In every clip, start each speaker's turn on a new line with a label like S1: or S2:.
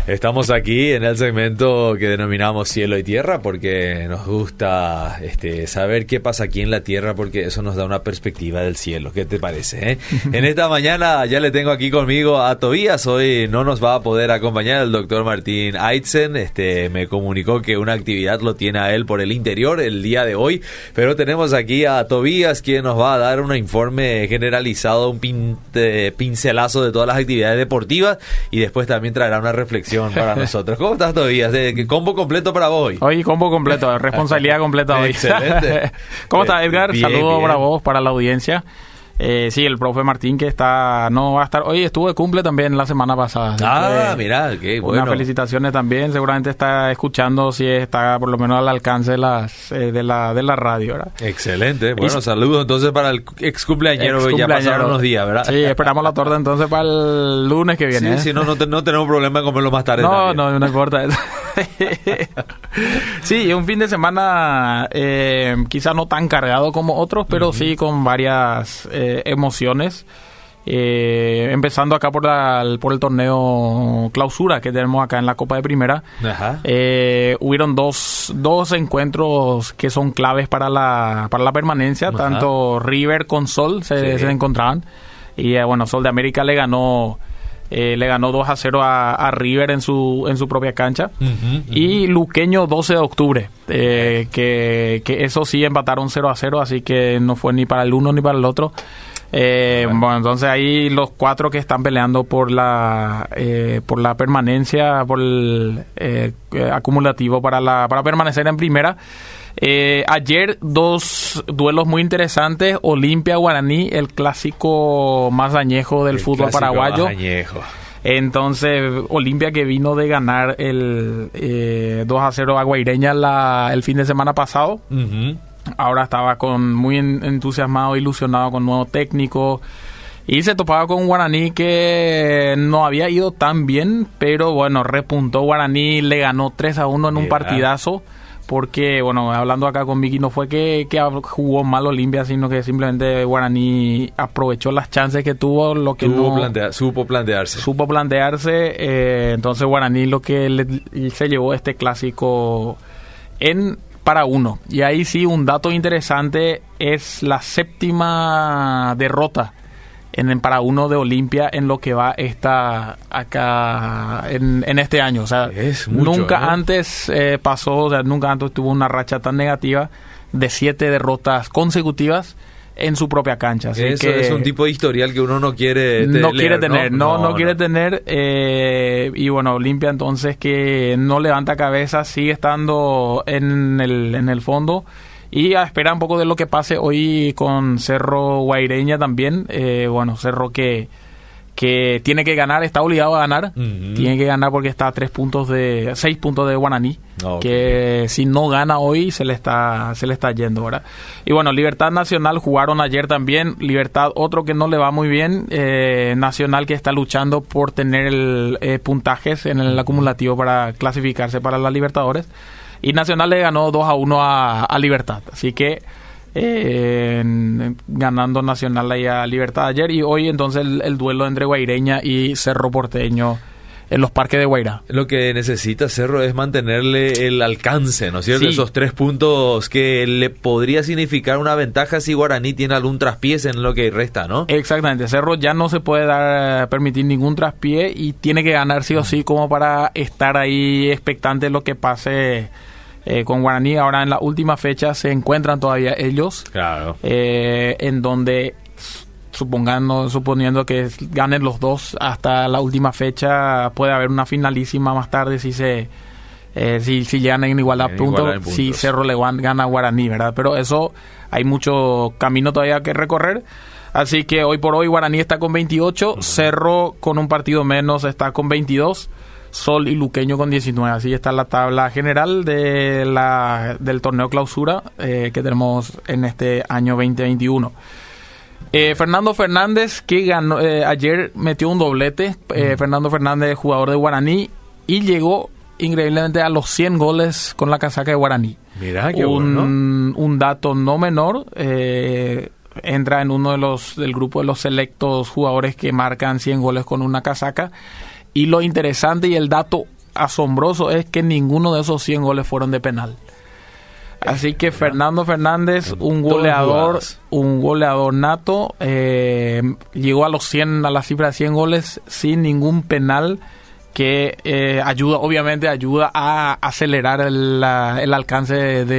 S1: Estamos aquí en el segmento que denominamos Cielo y Tierra porque nos gusta saber qué pasa aquí en la Tierra, porque eso nos da una perspectiva del cielo. ¿Qué te parece? En esta mañana ya le tengo aquí conmigo a Tobías. Hoy no nos va a poder acompañar el doctor Martín Aitzen. Me comunicó que una actividad lo tiene a él por el interior el día de hoy, pero tenemos aquí a Tobías, quien nos va a dar un informe generalizado, un pincelazo de todas las actividades deportivas, y después también traerá una reflexión para nosotros. ¿Cómo estás, Tobías? Combo completo para vos hoy.
S2: Hoy combo completo, responsabilidad completa hoy.
S1: Excelente.
S2: ¿Cómo estás, Edgar?
S1: Bien,
S2: Saludos
S1: bien.
S2: para vos, para la audiencia. Sí, el profe Martín que no va a estar. Hoy estuvo de cumple también la semana pasada.
S1: Mirá, qué bueno.
S2: Unas felicitaciones también. Seguramente está escuchando, si está por lo menos al alcance de la radio, ¿verdad?
S1: Excelente. Bueno, saludos entonces para el ex cumpleañero. Ya pasaron unos días, ¿verdad?
S2: Sí, esperamos la torta entonces para el lunes que viene.
S1: Sí, no tenemos problema en comerlo más tarde.
S2: No importa eso. Sí, un fin de semana quizá no tan cargado como otros, pero sí con varias emociones. Empezando acá por el torneo clausura que tenemos acá en la Copa de Primera.
S1: Ajá.
S2: Hubieron dos encuentros que son claves para la permanencia.
S1: Ajá.
S2: Tanto River con Sol se encontraban, y Sol de América le ganó 2-0 a River en su propia cancha. Y Luqueño 12 de octubre, que eso sí empataron 0-0, así que no fue ni para el uno ni para el otro. Entonces ahí los cuatro que están peleando por la permanencia, por el acumulativo para permanecer en primera. Ayer dos duelos muy interesantes: Olimpia-Guaraní, el clásico más añejo del fútbol paraguayo. Entonces Olimpia, que vino de ganar el 2-0 a Guaireña el fin de semana pasado. Ahora estaba muy entusiasmado, ilusionado con nuevo técnico, y se topaba con un Guaraní que no había ido tan bien, pero repuntó. Guaraní le ganó 3-1 en un partidazo, porque hablando acá con Vicky, no fue que jugó mal Olimpia, sino que simplemente Guaraní aprovechó las chances que tuvo,
S1: supo
S2: plantearse. Entonces Guaraní lo que se llevó este clásico para 1. Y ahí sí, un dato interesante es la 7ª derrota en para 1 de Olimpia en lo que va acá en este año. O sea, nunca antes pasó, nunca antes tuvo una racha tan negativa de 7 derrotas consecutivas en su propia cancha. Así
S1: eso
S2: que
S1: es un tipo de historial que uno no quiere
S2: tener. Y Olimpia, entonces, que no levanta cabeza, sigue estando en el fondo, y a esperar un poco de lo que pase hoy con Cerro Guaireña también. Cerro que tiene que ganar, está obligado a ganar. Tiene que ganar porque está a 6 puntos de Guaraní. Que si no gana hoy se le está yendo, ¿verdad? Y Libertad Nacional jugaron ayer también. Libertad, otro que no le va muy bien. Nacional, que está luchando por tener puntajes en el acumulativo para clasificarse para la Libertadores. Y Nacional le ganó 2-1 a Libertad. Así que ganando Nacional ahí a Libertad ayer, y hoy entonces el duelo entre Guaireña y Cerro Porteño en los parques de Guairá.
S1: Lo que necesita Cerro es mantenerle el alcance, ¿no es cierto?
S2: Sí.
S1: Esos 3 puntos que le podría significar una ventaja si Guaraní tiene algún traspiés en lo que resta, ¿no?
S2: Exactamente. Cerro ya no se puede permitir ningún traspié, y tiene que ganar sí o sí, como para estar ahí expectante de lo que pase con Guaraní. Ahora en la última fecha se encuentran todavía ellos.
S1: Claro.
S2: En donde, suponiendo que ganen los dos hasta la última fecha, puede haber una finalísima más tarde si llegan en igualdad de puntos, si Cerro le gana a Guaraní, ¿verdad? Pero eso, hay mucho camino todavía que recorrer. Así que hoy por hoy Guaraní está con 28, Cerro con un partido menos está con 22, Sol y Luqueño con 19. Así está la tabla general del torneo clausura que tenemos en este año 2021. Fernando Fernández, que ganó ayer, metió un doblete. Fernando Fernández, jugador de Guaraní, y llegó increíblemente a los 100 goles con la casaca de Guaraní.
S1: Mirá, qué bueno.
S2: Un dato no menor. Entra en uno del grupo de los selectos jugadores que marcan 100 goles con una casaca. Y lo interesante y el dato asombroso es que ninguno de esos 100 goles fueron de penal. Así que Fernando Fernández, un goleador nato, llegó a la cifra de 100 goles sin ningún penal, que obviamente ayuda a acelerar el alcance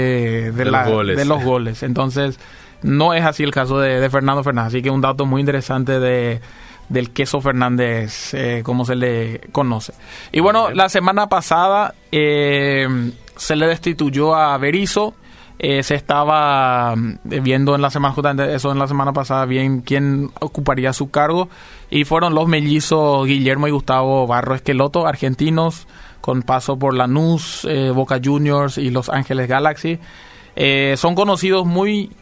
S2: de los goles. Entonces, no es así el caso de Fernando Fernández. Así que un dato muy interesante del Queso Fernández, como se le conoce. Y bueno, la semana pasada se le destituyó a Berizzo. Se estaba viendo en la semana pasada bien quién ocuparía su cargo, y fueron los mellizos Guillermo y Gustavo Barros Esqueloto, argentinos, con paso por Lanús, Boca Juniors y Los Ángeles Galaxy. Son conocidos muy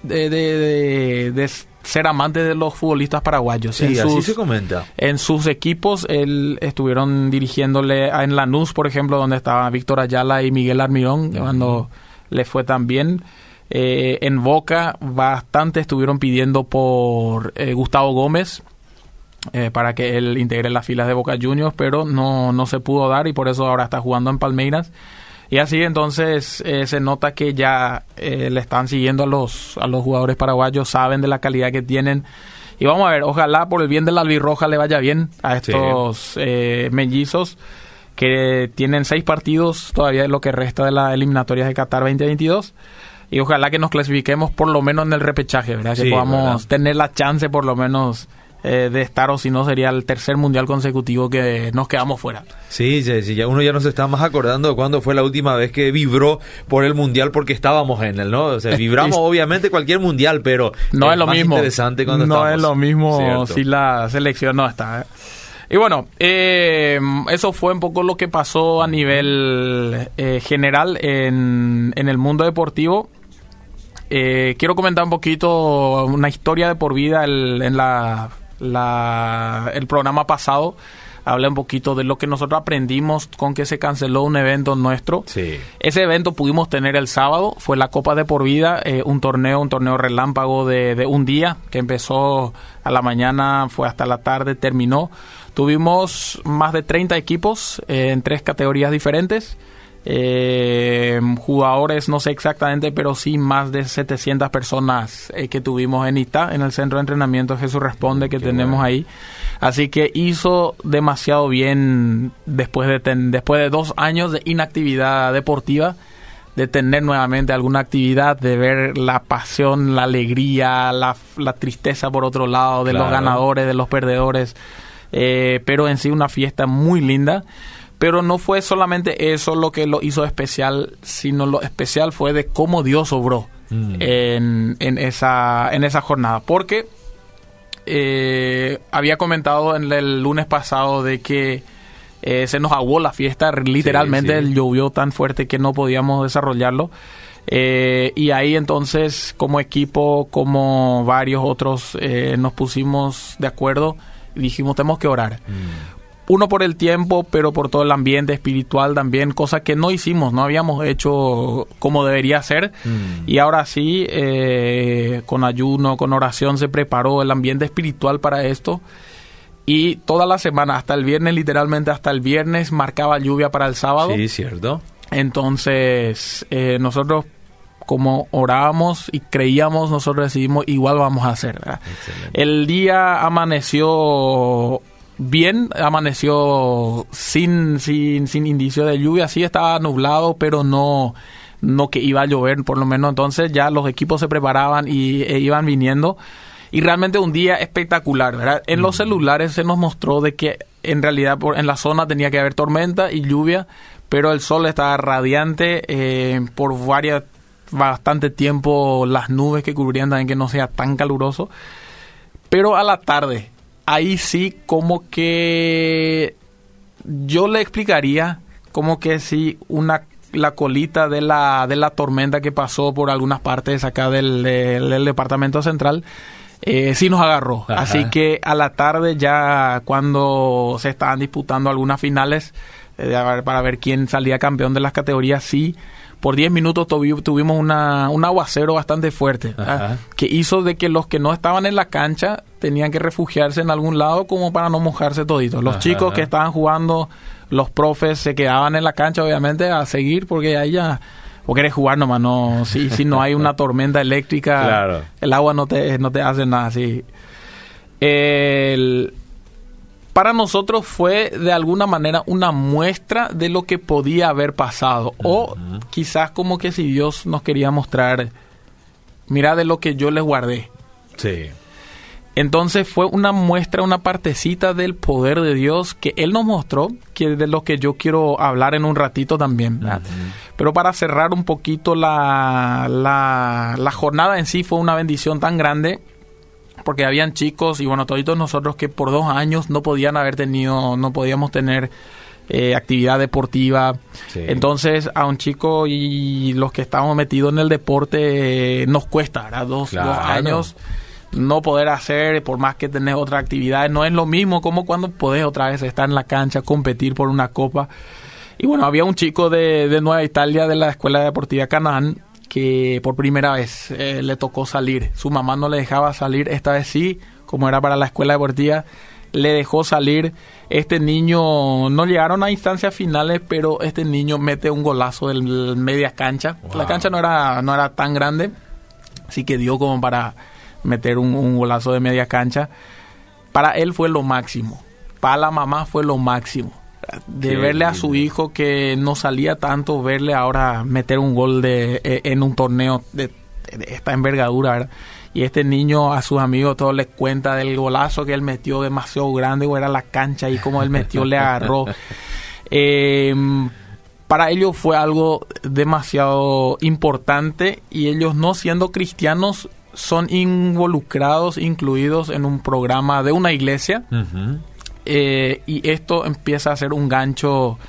S2: de ser amantes de los futbolistas paraguayos.
S1: Sí, así se comenta.
S2: En sus equipos estuvieron dirigiéndole en Lanús, por ejemplo, donde estaban Víctor Ayala y Miguel Almirón, cuando le fue tan bien. En Boca bastante estuvieron pidiendo por Gustavo Gómez, para que él integre las filas de Boca Juniors, pero no se pudo dar, y por eso ahora está jugando en Palmeiras. Y así entonces se nota que ya le están siguiendo a los jugadores paraguayos, saben de la calidad que tienen. Y vamos a ver, ojalá por el bien de la albirroja le vaya bien a estos mellizos, que tienen 6 partidos todavía de lo que resta de las eliminatorias de Qatar 2022. Y ojalá que nos clasifiquemos por lo menos en el repechaje, ¿verdad? Que podamos tener la chance por lo menos de estar, o si no sería el tercer mundial consecutivo que nos quedamos fuera.
S1: Sí, ya uno ya no se está más acordando de cuándo fue la última vez que vibró por el mundial, porque estábamos en él, ¿no? O sea, vibramos obviamente cualquier mundial, pero
S2: no es lo
S1: más
S2: mismo.
S1: Interesante cuando
S2: no
S1: estamos.
S2: Es lo mismo,
S1: ¿cierto?
S2: Si la selección no está. Y bueno, eso fue un poco lo que pasó a nivel general en el mundo deportivo. Quiero comentar un poquito una historia de por vida. En el programa pasado hablé un poquito de lo que nosotros aprendimos con que se canceló un evento nuestro.
S1: Sí.
S2: Ese evento pudimos tener el sábado, fue la Copa de por vida, un torneo relámpago de un día, que empezó a la mañana, fue hasta la tarde, terminó. Tuvimos más de 30 equipos en 3 categorías diferentes. Jugadores, no sé exactamente, pero sí más de 700 personas que tuvimos en ITA, en el centro de entrenamiento Jesús Responde, que tenemos ahí. Así que hizo demasiado bien después de 2 años de inactividad deportiva, de tener nuevamente alguna actividad, de ver la pasión, la alegría, la tristeza por otro lado, de los ganadores, de los perdedores, pero en sí una fiesta muy linda. Pero no fue solamente eso lo que lo hizo especial, sino lo especial fue de cómo Dios obró en esa jornada. Porque había comentado en el lunes pasado de que se nos aguó la fiesta, literalmente llovió tan fuerte que no podíamos desarrollarlo. Y ahí entonces, como equipo, como varios otros, nos pusimos de acuerdo y dijimos, tenemos que orar. Uno por el tiempo, pero por todo el ambiente espiritual también, cosa que no hicimos, no habíamos hecho como debería ser. Y ahora sí, con ayuno, con oración, se preparó el ambiente espiritual para esto. Y toda la semana, hasta el viernes, literalmente hasta el viernes, marcaba lluvia para el sábado.
S1: Sí, cierto.
S2: Entonces, nosotros, como orábamos y creíamos, nosotros decidimos, igual vamos a hacer, ¿verdad? El día amaneció bien, amaneció sin indicio de lluvia. Sí estaba nublado, pero no que iba a llover, por lo menos. Entonces ya los equipos se preparaban y iban viniendo. Y realmente un día espectacular, ¿verdad? En los celulares se nos mostró de que en realidad en la zona tenía que haber tormenta y lluvia, pero el sol estaba radiante por bastante tiempo, las nubes que cubrían también que no sea tan caluroso. Pero a la tarde, ahí sí como que yo le explicaría como que si la colita de la tormenta que pasó por algunas partes acá del departamento central sí nos agarró. Ajá. Así que a la tarde, ya cuando se estaban disputando algunas finales para ver quién salía campeón de las categorías, sí, por 10 minutos tuvimos un aguacero bastante fuerte, que hizo de que los que no estaban en la cancha tenían que refugiarse en algún lado como para no mojarse toditos. Los chicos que estaban jugando los profes se quedaban en la cancha, obviamente, a seguir, porque ahí ya... O querés jugar nomás, no, si no hay una tormenta eléctrica, claro. El agua no te hace nada así. Para nosotros fue de alguna manera una muestra de lo que podía haber pasado. O quizás como que si Dios nos quería mostrar, mira de lo que yo les guardé.
S1: Sí.
S2: Entonces fue una muestra, una partecita del poder de Dios que Él nos mostró, que de lo que yo quiero hablar en un ratito también, ¿verdad? Pero para cerrar un poquito la jornada en sí, fue una bendición tan grande, porque habían chicos, y bueno, toditos nosotros que por 2 años no podíamos tener actividad deportiva. Sí. Entonces a un chico y los que estábamos metidos en el deporte nos cuesta, ¿verdad? 2 años no poder hacer, por más que tenés otras actividades, no es lo mismo como cuando podés otra vez estar en la cancha, competir por una copa. Y bueno, había un chico de Nueva Italia, de la Escuela Deportiva Canaán, que por primera vez le tocó salir. Su mamá no le dejaba salir, esta vez sí, como era para la Escuela Deportiva, le dejó salir. Este niño, no llegaron a instancias finales, pero este niño mete un golazo del media cancha. Wow. La cancha no era tan grande, así que dio como para meter un golazo de media cancha. Para él fue lo máximo, para la mamá fue lo máximo, de verle a su hijo que no salía tanto, verle ahora meter un gol en un torneo de esta envergadura, ¿verdad? Y este niño a sus amigos todos les cuenta del golazo que él metió, demasiado grande, o era la cancha y como él metió, le agarró. Para ellos fue algo demasiado importante, y ellos, no siendo cristianos, son involucrados, incluidos en un programa de una iglesia. Y esto empieza a ser un gancho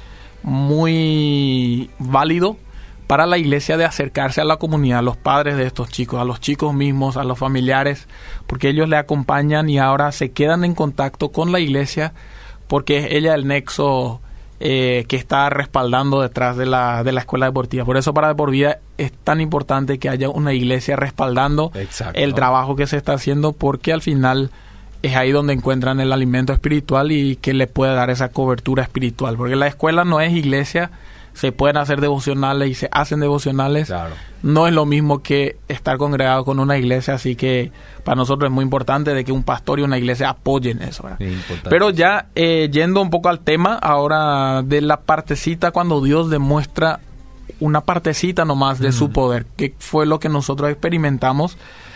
S2: muy válido para la iglesia de acercarse a la comunidad, a los padres de estos chicos, a los chicos mismos, a los familiares, porque ellos le acompañan y ahora se quedan en contacto con la iglesia, porque es ella el nexo que está respaldando detrás de la escuela deportiva. Por eso para De Por Vida es tan importante que haya una iglesia respaldando el trabajo que se está haciendo, porque al final es ahí donde encuentran el alimento espiritual y que le puede dar esa cobertura espiritual, porque la escuela no es iglesia. Se pueden hacer devocionales y se hacen devocionales. Claro. No es lo mismo que estar congregado con una iglesia, así que para nosotros es muy importante de que un pastor y una iglesia apoyen eso, ¿verdad? Pero ya yendo un poco al tema ahora de la partecita, cuando Dios demuestra una partecita nomás de su poder, que fue lo que nosotros experimentamos.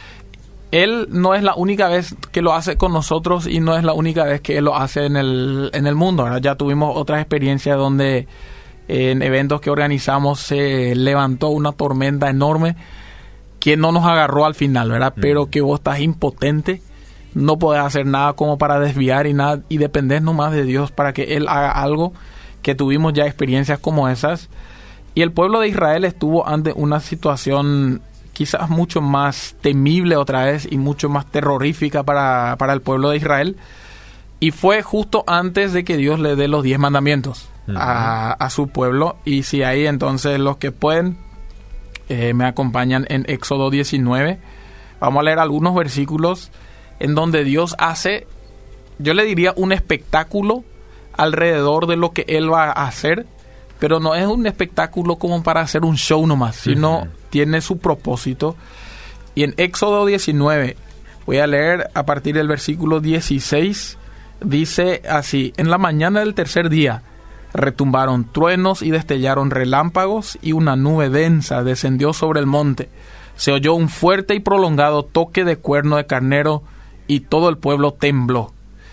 S2: Él no es la única vez que lo hace con nosotros y no es la única vez que Él lo hace en el mundo, ¿verdad? Ya tuvimos otras experiencias donde en eventos que organizamos se levantó una tormenta enorme que no nos agarró al final, ¿verdad? Pero que vos estás impotente, no podés hacer nada como para desviar y dependés nomás de Dios para que Él haga algo, que tuvimos ya experiencias como esas. Y el pueblo de Israel estuvo ante una situación quizás mucho más temible otra vez y mucho más terrorífica para el pueblo de Israel, y fue justo antes de que Dios le dé los 10 mandamientos a su pueblo. Y si ahí entonces los que pueden me acompañan en Éxodo 19, vamos a leer algunos versículos en donde Dios hace, yo le diría, un espectáculo alrededor de lo que Él va a hacer, pero no es un espectáculo como para hacer un show nomás, sino tiene su propósito. Y en Éxodo 19, voy a leer a partir del versículo 16, dice así: en la mañana del tercer día retumbaron truenos y destellaron relámpagos, y una nube densa descendió sobre el monte. Se oyó un fuerte y prolongado toque de cuerno de carnero, y todo el pueblo tembló.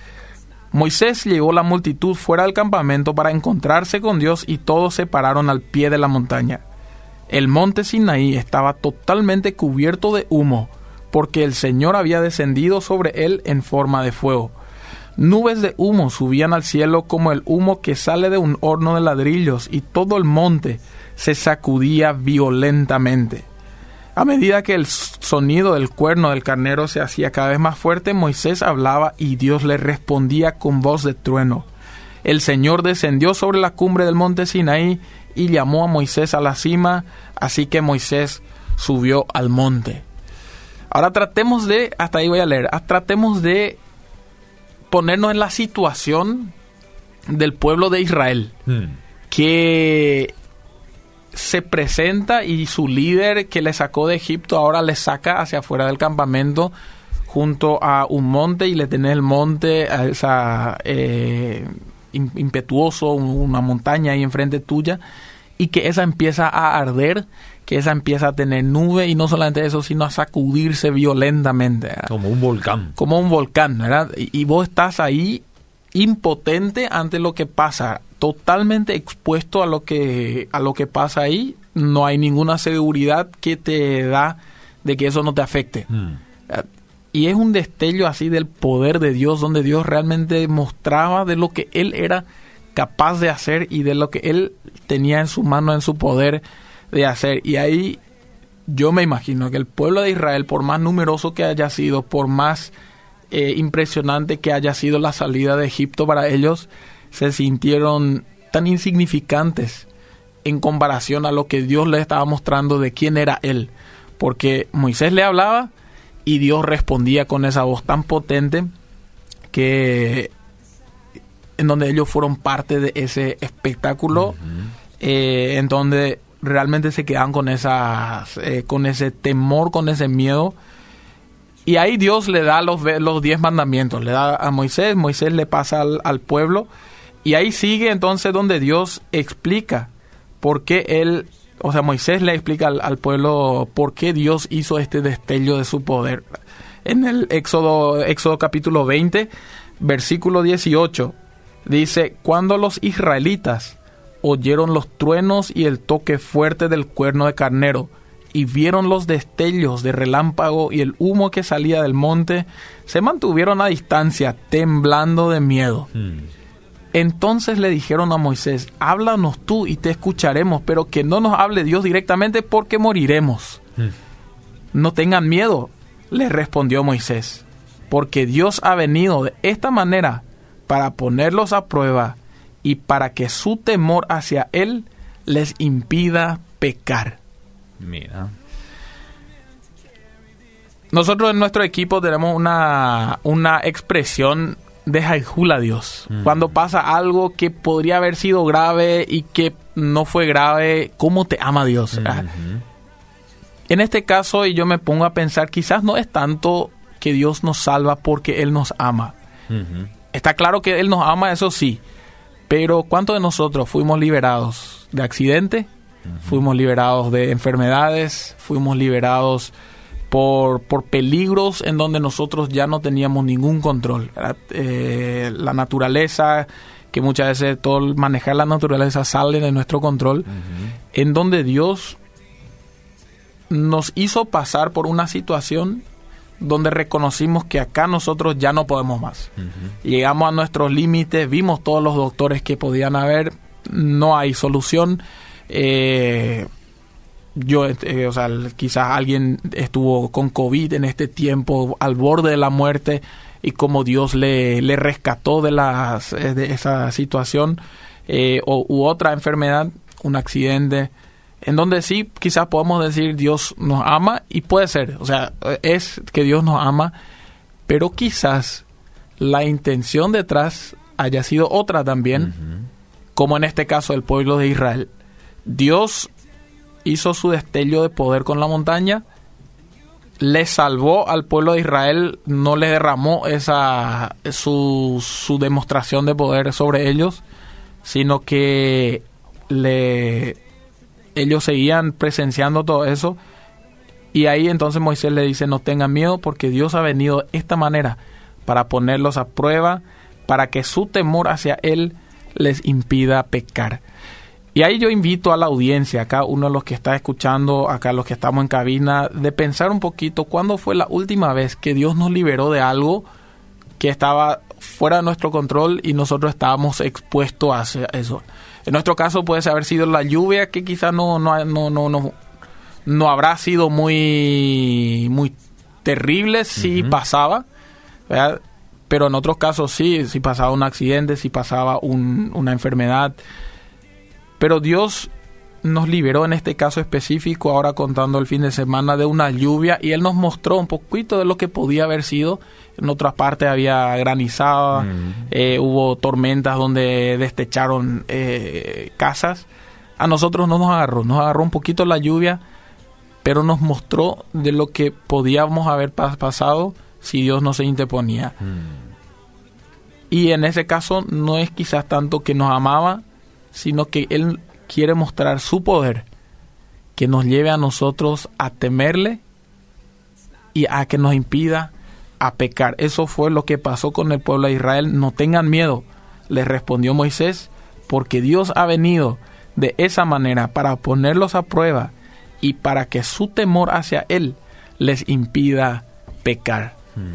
S2: Moisés llevó la multitud fuera del campamento para encontrarse con Dios, y todos se pararon al pie de la montaña. El monte Sinaí estaba totalmente cubierto de humo, porque el Señor había descendido sobre él en forma de fuego. Nubes de humo subían al cielo como el humo que sale de un horno de ladrillos, y todo el monte se sacudía violentamente. A medida que el sonido del cuerno del carnero se hacía cada vez más fuerte, Moisés hablaba y Dios le respondía con voz de trueno. El Señor descendió sobre la cumbre del monte Sinaí y llamó a Moisés a la cima, así que Moisés subió al monte. Ahora tratemos de ponernos en la situación del pueblo de Israel, que se presenta y su líder que le sacó de Egipto ahora le saca hacia afuera del campamento junto a un monte, y le tenés el monte impetuoso, una montaña ahí enfrente tuya, y que esa empieza a arder, que esa empieza a tener nube, y no solamente eso, sino a sacudirse violentamente, ¿verdad?
S1: Como un volcán.
S2: Como un volcán, ¿verdad? Y vos estás ahí impotente ante lo que pasa, totalmente expuesto a lo que pasa ahí. No hay ninguna seguridad que te da de que eso no te afecte. Y es un destello así del poder de Dios, donde Dios realmente mostraba de lo que Él era capaz de hacer y de lo que Él tenía en su mano, en su poder de hacer. Y ahí yo me imagino que el pueblo de Israel, por más numeroso que haya sido, por más impresionante que haya sido la salida de Egipto para ellos, se sintieron tan insignificantes en comparación a lo que Dios les estaba mostrando de quién era Él. Porque Moisés le hablaba y Dios respondía con esa voz tan potente que en donde ellos fueron parte de ese espectáculo, en donde realmente se quedaban con ese temor, con ese miedo. Y ahí Dios le da los 10 mandamientos, le da a Moisés le pasa al pueblo, y ahí sigue entonces donde Dios explica por qué Moisés le explica al pueblo por qué Dios hizo este destello de su poder. En el Éxodo capítulo 20, versículo 18, dice: cuando los israelitas oyeron los truenos y el toque fuerte del cuerno de carnero, y vieron los destellos de relámpago y el humo que salía del monte, se mantuvieron a distancia, temblando de miedo. Entonces le dijeron a Moisés: háblanos tú y te escucharemos, pero que no nos hable Dios directamente, porque moriremos. No tengan miedo, le respondió Moisés, porque Dios ha venido de esta manera para ponerlos a prueba y para que su temor hacia Él les impida pecar.
S1: Mira.
S2: Nosotros en nuestro equipo tenemos una expresión: deja el jula a Dios. Cuando pasa algo que podría haber sido grave y que no fue grave, ¿cómo te ama Dios? En este caso, y yo me pongo a pensar, quizás no es tanto que Dios nos salva porque Él nos ama. Está claro que Él nos ama, eso sí. Pero ¿cuántos de nosotros fuimos liberados de accidente? Fuimos liberados de enfermedades, fuimos liberados por peligros en donde nosotros ya no teníamos ningún control. La naturaleza, que muchas veces todo manejar la naturaleza sale de nuestro control, en donde Dios nos hizo pasar por una situación donde reconocimos que acá nosotros ya no podemos más. Llegamos a nuestros límites, vimos todos los doctores que podían haber, no hay solución. Quizás alguien estuvo con COVID en este tiempo, al borde de la muerte, y como Dios le rescató de esa situación, u otra enfermedad, un accidente, en donde sí, quizás podemos decir Dios nos ama, y puede ser, es que Dios nos ama, pero quizás la intención detrás haya sido otra también, como en este caso el pueblo de Israel. Dios hizo su destello de poder con la montaña, le salvó al pueblo de Israel, no le derramó su demostración de poder sobre ellos, sino que ellos seguían presenciando todo eso. Y ahí entonces Moisés le dice: no tengan miedo, porque Dios ha venido de esta manera para ponerlos a prueba, para que su temor hacia Él les impida pecar. Y ahí yo invito a la audiencia, acá uno de los que está escuchando, acá los que estamos en cabina, de pensar un poquito cuándo fue la última vez que Dios nos liberó de algo que estaba fuera de nuestro control y nosotros estábamos expuestos a eso. En nuestro caso puede haber sido la lluvia, que quizás no habrá sido muy terrible si pasaba, ¿verdad? Pero en otros casos sí, si pasaba un accidente, si pasaba una enfermedad. Pero Dios nos liberó en este caso específico, ahora contando el fin de semana, de una lluvia, y Él nos mostró un poquito de lo que podía haber sido. En otras partes había granizada, hubo tormentas donde destecharon casas. A nosotros no nos agarró un poquito la lluvia, pero nos mostró de lo que podíamos haber pasado si Dios no se interponía. Y en ese caso no es quizás tanto que nos amaba, sino que Él quiere mostrar su poder, que nos lleve a nosotros a temerle y a que nos impida a pecar. Eso fue lo que pasó con el pueblo de Israel. No tengan miedo, les respondió Moisés, porque Dios ha venido de esa manera para ponerlos a prueba y para que su temor hacia Él les impida pecar.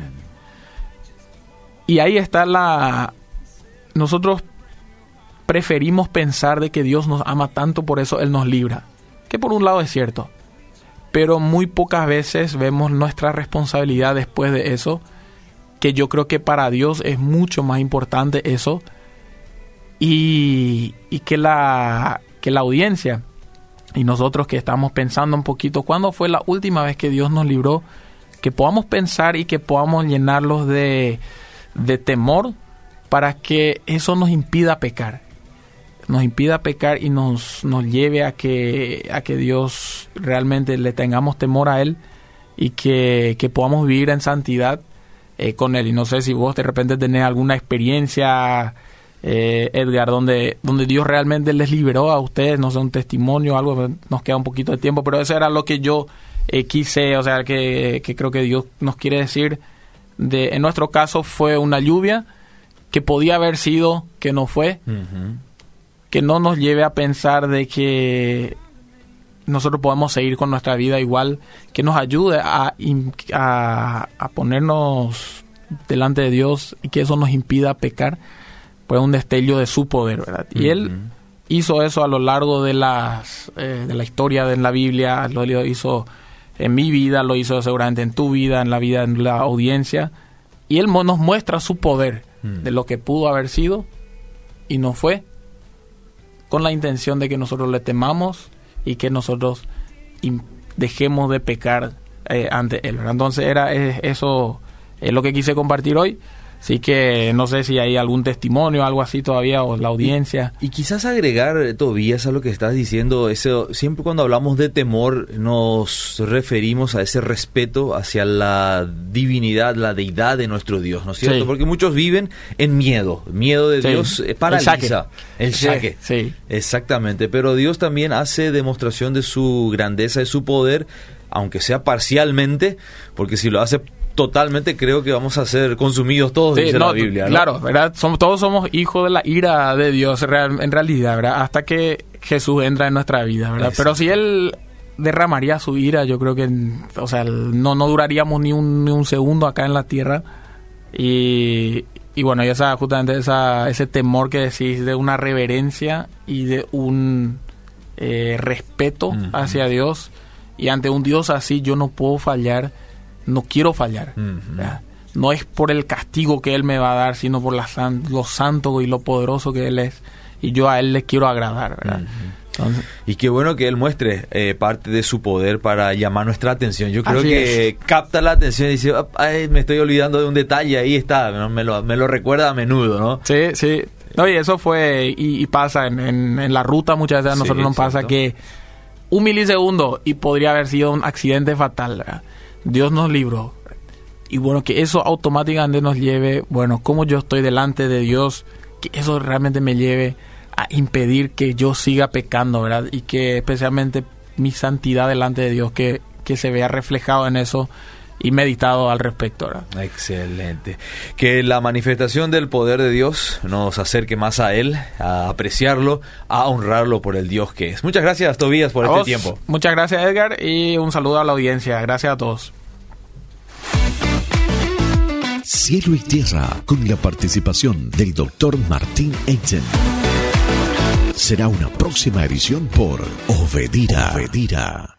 S2: Y ahí está nosotros preferimos pensar de que Dios nos ama tanto, por eso Él nos libra. Que por un lado es cierto, pero muy pocas veces vemos nuestra responsabilidad después de eso, que yo creo que para Dios es mucho más importante eso, y que la audiencia y nosotros que estamos pensando un poquito, ¿cuándo fue la última vez que Dios nos libró? Que podamos pensar y que podamos llenarlos de temor para que eso nos impida pecar. Nos impida pecar y nos lleve a que Dios realmente le tengamos temor a Él y que podamos vivir en santidad con Él. Y no sé si vos de repente tenés alguna experiencia, Edgar, donde Dios realmente les liberó a ustedes, no sé, un testimonio, algo. Nos queda un poquito de tiempo, pero eso era lo que yo quise, o sea, que creo que Dios nos quiere decir. En nuestro caso fue una lluvia que podía haber sido, que no fue, que no nos lleve a pensar de que nosotros podemos seguir con nuestra vida igual, que nos ayude a ponernos delante de Dios y que eso nos impida pecar, pues un destello de su poder, ¿verdad? Y Él hizo eso a lo largo de la historia de la Biblia, lo hizo en mi vida, lo hizo seguramente en tu vida, en la vida de la audiencia, y Él nos muestra su poder de lo que pudo haber sido y no fue, con la intención de que nosotros le temamos y que nosotros dejemos de pecar ante Él, ¿verdad? Entonces eso es lo que quise compartir hoy. Así que no sé si hay algún testimonio, algo así todavía, o la audiencia.
S1: Y quizás agregar, Tobías, a lo que estás diciendo, siempre cuando hablamos de temor nos referimos a ese respeto hacia la divinidad, la deidad de nuestro Dios, ¿no es cierto? Sí. Porque muchos viven en miedo de Dios paraliza. El saque. Sí. Exactamente, pero Dios también hace demostración de su grandeza, de su poder, aunque sea parcialmente, porque si lo hace totalmente, creo que vamos a ser consumidos todos, dice la Biblia, ¿no?
S2: Claro, ¿verdad? Todos somos hijos de la ira de Dios, en realidad, ¿verdad? Hasta que Jesús entra en nuestra vida, ¿verdad? Exacto. Pero si Él derramaría su ira, yo creo que, o sea, no duraríamos ni un segundo acá en la tierra. Y bueno, y justamente ese temor que decís, de una reverencia y de un respeto hacia Dios. Y ante un Dios así yo no puedo fallar. No quiero fallar. No es por el castigo que Él me va a dar, sino por lo santo y lo poderoso que Él es. Y yo a Él le quiero agradar, ¿verdad? Entonces,
S1: y qué bueno que Él muestre parte de su poder para llamar nuestra atención. Yo creo que capta la atención y dice, ay, me estoy olvidando de un detalle, ahí está, ¿no? me lo recuerda a menudo, ¿no?
S2: Sí, sí. No, y eso fue, y pasa en la ruta muchas veces a nosotros nos pasa que un milisegundo y podría haber sido un accidente fatal, ¿verdad? Dios nos libró. Y bueno, que eso automáticamente nos lleve, bueno, como yo estoy delante de Dios, que eso realmente me lleve a impedir que yo siga pecando, ¿verdad? Y que especialmente mi santidad delante de Dios, que se vea reflejado en eso y meditado al respecto, ¿verdad?
S1: Excelente. Que la manifestación del poder de Dios nos acerque más a Él, a apreciarlo, a honrarlo por el Dios que es. Muchas gracias, Tobías, por este tiempo.
S2: Muchas gracias, Edgar, y un saludo a la audiencia. Gracias a todos.
S3: Cielo y Tierra, con la participación del Dr. Martín Eitzen. Será una próxima edición por Obedira.